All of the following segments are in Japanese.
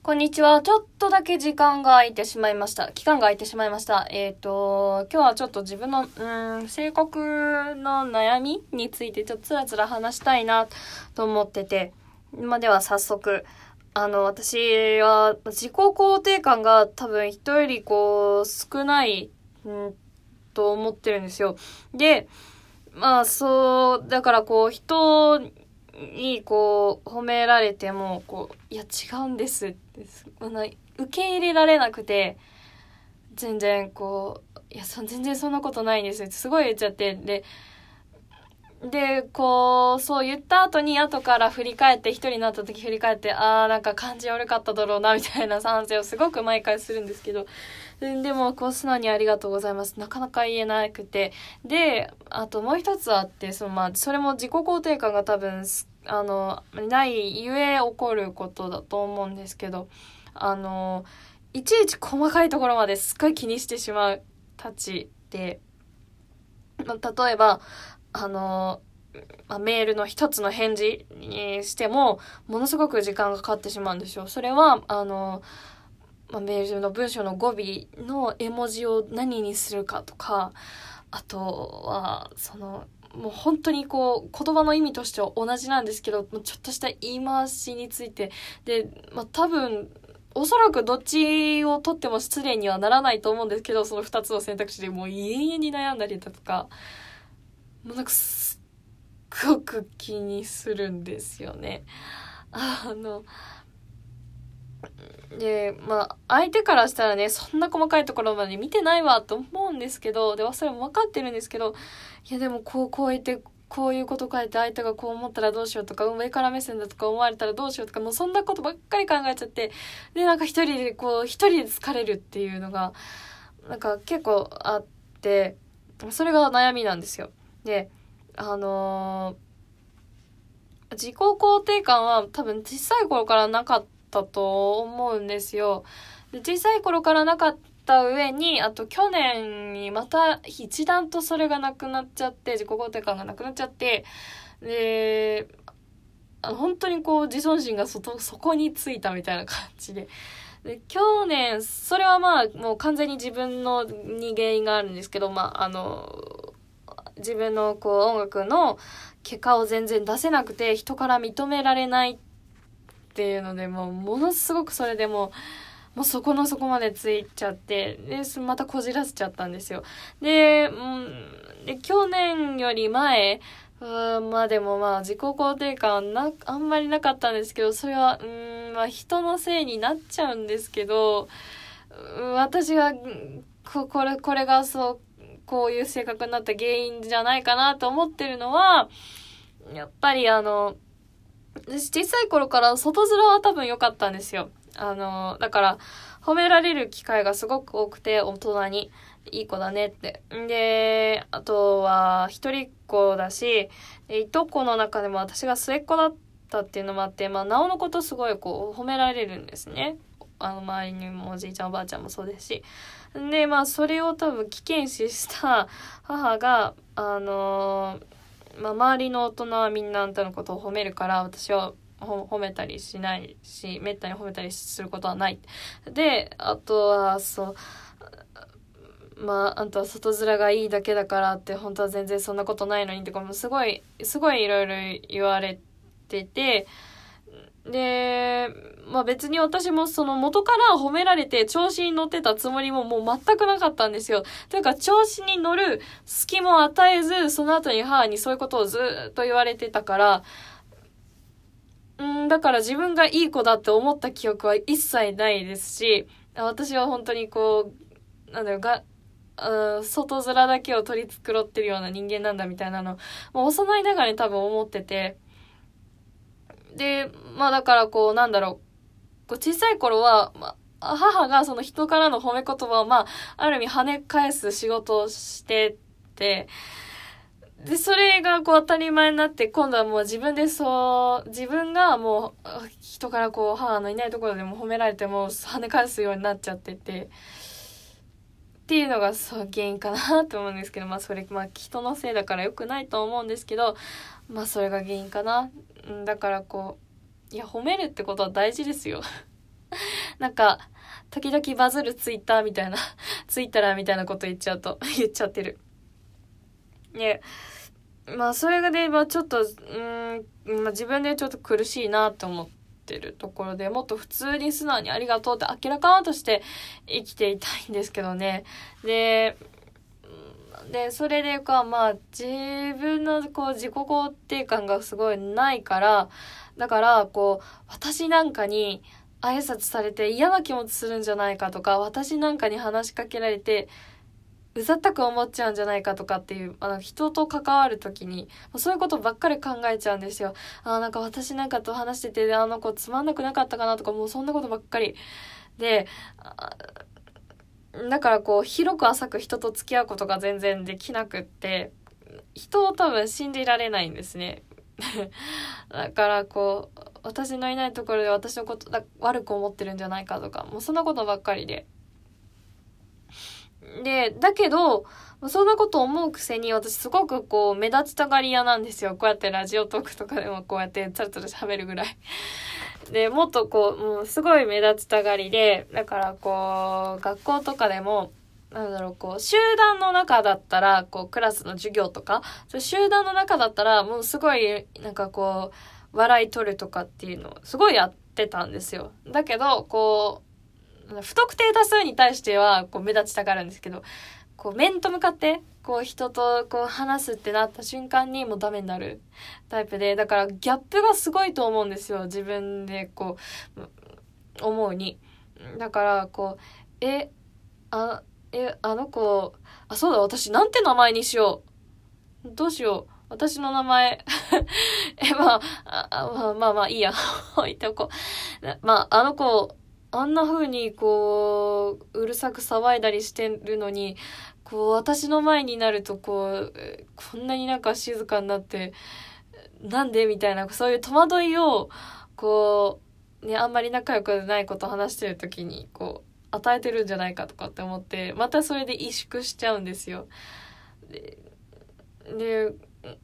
こんにちは。ちょっとだけ時間が空いてしまいました。期間が空いてしまいました。今日はちょっと自分の、性格の悩みについてちょっとつらつら話したいなと思ってて。では早速、私は自己肯定感が多分人より少ない、と思ってるんですよ。で、だから人に褒められてもいや違うんですって受け入れられなくて、全然いや全然そんなことないんですってすごい言っちゃって、そう言った後から振り返って、一人になった時振り返って、なんか感じ悪かっただろうなみたいな反省をすごく毎回するんですけど、でも素直にありがとうございますなかなか言えなくて、であともう一つあって、それも自己肯定感が多分ないゆえ起こることだと思うんですけど、いちいち細かいところまですっごい気にしてしまうたちで、例えばメールの一つの返事にしてもものすごく時間がかかってしまうんですよ。それはメールの文章の語尾の絵文字を何にするかとか、あとはもう本当に言葉の意味としては同じなんですけど、ちょっとした言い回しについてで、多分おそらくどっちを取っても失礼にはならないと思うんですけど、その2つの選択肢でもう永遠に悩んだりだとか、もうなんかすっごく気にするんですよね。で相手からしたらね、そんな細かいところまで見てないわと思うんですけど、でそれも分かってるんですけど、いやでもこう言ってこういうこと書いて相手がこう思ったらどうしようとか、上から目線だとか思われたらどうしようとか、もうそんなことばっかり考えちゃって、でなんか一人で疲れるっていうのがなんか結構あって、それが悩みなんですよ。で自己肯定感は多分小さい頃からなかったと思うんですよ。で小さい頃からなかった上に、あと去年にまた一段とそれがなくなっちゃって、自己肯定感がなくなっちゃって、で本当に自尊心がそこについたみたいな感じで、去年それはもう完全に自分に原因があるんですけど、自分の音楽の結果を全然出せなくて、人から認められないっていうので、ものすごくそれでもうそこの底までついちゃって、でまたこじらせちゃったんですよ。で去年より前でも自己肯定感あんまりなかったんですけど、それは人のせいになっちゃうんですけど、私がこれがこういう性格になった原因じゃないかなと思ってるのは、やっぱり私小さい頃から外面は多分良かったんですよ。だから褒められる機会がすごく多くて、大人にいい子だねって。であとは一人っ子だし、いとこの中でも私が末っ子だったっていうのもあって、なおのことすごい褒められるんですね。周りにもおじいちゃんおばあちゃんもそうですし、でそれを多分危険視した母が周りの大人はみんなあんたのことを褒めるから、私は褒めたりしないし、めったに褒めたりすることはない。であとはあんたは外面がいいだけだからって、本当は全然そんなことないのにってすごいいろいろ言われてて、で別に私もその元から褒められて調子に乗ってたつもりももう全くなかったんですよ。というか調子に乗る隙も与えず、その後に母にそういうことをずっと言われてたから、だから自分がいい子だって思った記憶は一切ないですし、私は本当に外面だけを取り繕ってるような人間なんだみたいなのもう幼いながらに多分思ってて、でだから小さい頃は、母がその人からの褒め言葉をある意味跳ね返す仕事をしてて、でそれが当たり前になって、今度はもう自分がもう人から母のいないところでも褒められても跳ね返すようになっちゃっててっていうのが原因かなと思うんですけど、それ人のせいだから良くないと思うんですけど、それが原因かな。だからいや褒めるってことは大事ですよなんか、時々バズるツイッターみたいな、ツイッターみたいなこと言っちゃってる。ね、まあそれがね、まあちょっと、まあ自分でちょっと苦しいなと思ってるところで、もっと普通に素直にありがとうって明らかとして生きていたいんですけどね。で、それでか、まあ自分のこう自己肯定感がすごいないから、だからこう、私なんかに挨拶されて嫌な気持ちするんじゃないかとか、私なんかに話しかけられて、うざったく思っちゃうんじゃないかとかっていう、人と関わるときに、そういうことばっかり考えちゃうんですよ。なんか私なんかと話してて、あの子つまんなくなかったかなとか、もうそんなことばっかり。で、だからこう、広く浅く人と付き合うことが全然できなくって、人を多分信じられないんですね。だからこう、私のいないところで私のこと悪く思ってるんじゃないかとか、もうそんなことばっかりで。だけど、そんなこと思うくせに私すごくこう目立ちたがり屋なんですよ。こうやってラジオトークとかでもこうやってツルツル喋るぐらい。で、もっとこう、もうすごい目立ちたがりで、だからこう、学校とかでも、こう、集団の中だったら、こう、クラスの授業とか、そう集団の中だったら、もうすごい、なんかこう、笑い取るとかっていうのをすごいやってたんですよ。だけど、こう、不特定多数に対してはこう目立ちたがるんですけど、こう面と向かってこう人とこう話すってなった瞬間にもうダメになるタイプで、だからギャップがすごいと思うんですよ、自分でこう思うに。だからこうあの子、そうだ、私なんて名前にしよう、どうしよう、私の名前まあいいや置いておこう。あの子あんな風にこううるさく騒いだりしてるのに、こう私の前になるとこんなになんか静かになって、なんでみたいな、そういう戸惑いをこうね、あんまり仲良くないこと話してる時にこう与えてるんじゃないかとかって思って、またそれで萎縮しちゃうんですよ。で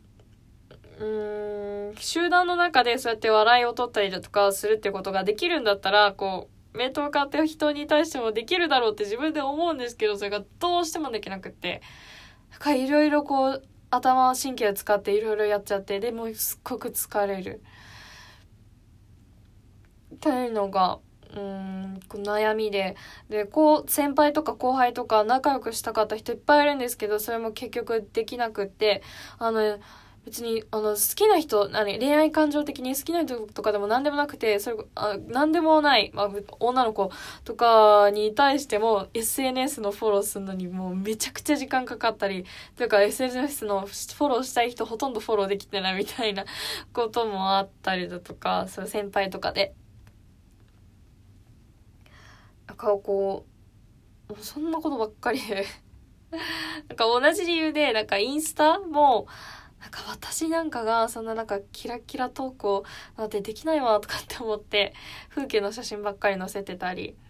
集団の中でそうやって笑いを取ったりだとかするってことができるんだったら、こう面と向かって人に対してもできるだろうって自分で思うんですけど、それがどうしてもできなくって、なんかいろいろこう頭神経を使っていろいろやっちゃって、でもすっごく疲れるというのが悩みで、こう先輩とか後輩とか仲良くしたかった人いっぱいいるんですけど、それも結局できなくって、別に好きな人、恋愛感情的に好きな人とかでも何でもなくて、何でもない、女の子とかに対しても SNS のフォローするのにもうめちゃくちゃ時間かかったり、というか SNS のフォローしたい人ほとんどフォローできてないみたいなこともあったりだとか、そういう先輩とかで。なんかこう、そんなことばっかりでなんか同じ理由で、なんかインスタも、なんか私なんかがそんななんかキラキラ投稿なんてできないわとかって思って風景の写真ばっかり載せてたり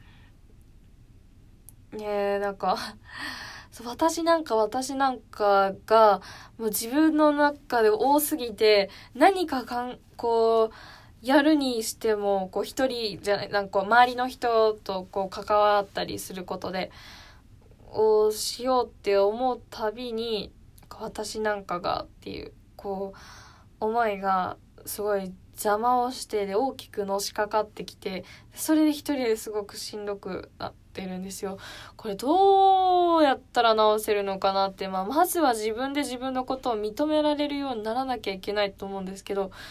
なんか私なんかがもう自分の中で多すぎて、何かこうやるにしてもこう一人じゃない、なんか周りの人とこう関わったりすることでしようって思うたびに、私なんかがっていうこう思いがすごい邪魔をして、で大きくのしかかってきて、それで一人ですごくしんどくなってるんですよ。これどうやったら直せるのかなって、まずは自分で自分のことを認められるようにならなきゃいけないと思うんですけど、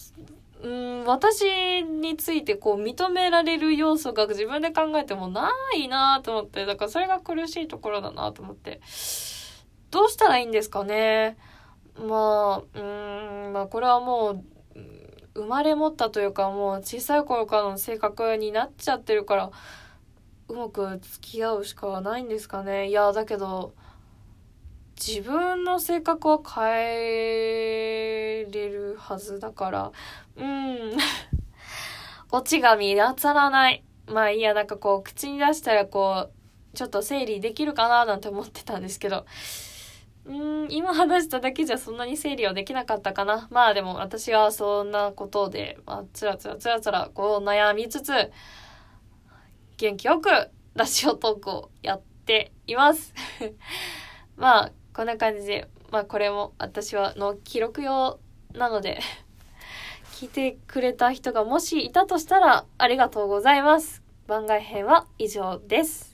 私についてこう認められる要素が自分で考えてもないなと思って、だからそれが苦しいところだなと思って、どうしたらいいんですかね。これはもう生まれ持ったというか、もう小さい頃からの性格になっちゃってるから、うまく付き合うしかないんですかね。いやだけど自分の性格は変えれるはずだから、オチが見当たらない。いいや、なんかこう口に出したらこうちょっと整理できるかななんて思ってたんですけど、今話しただけじゃそんなに整理はできなかったかな。でも私はそんなことで、つらつらこう悩みつつ、 元気よくラジオトークをやっていますまあこんな感じで、まあこれも私の記録用なので聞いてくれた人がもしいたとしたらありがとうございます。番外編は以上です。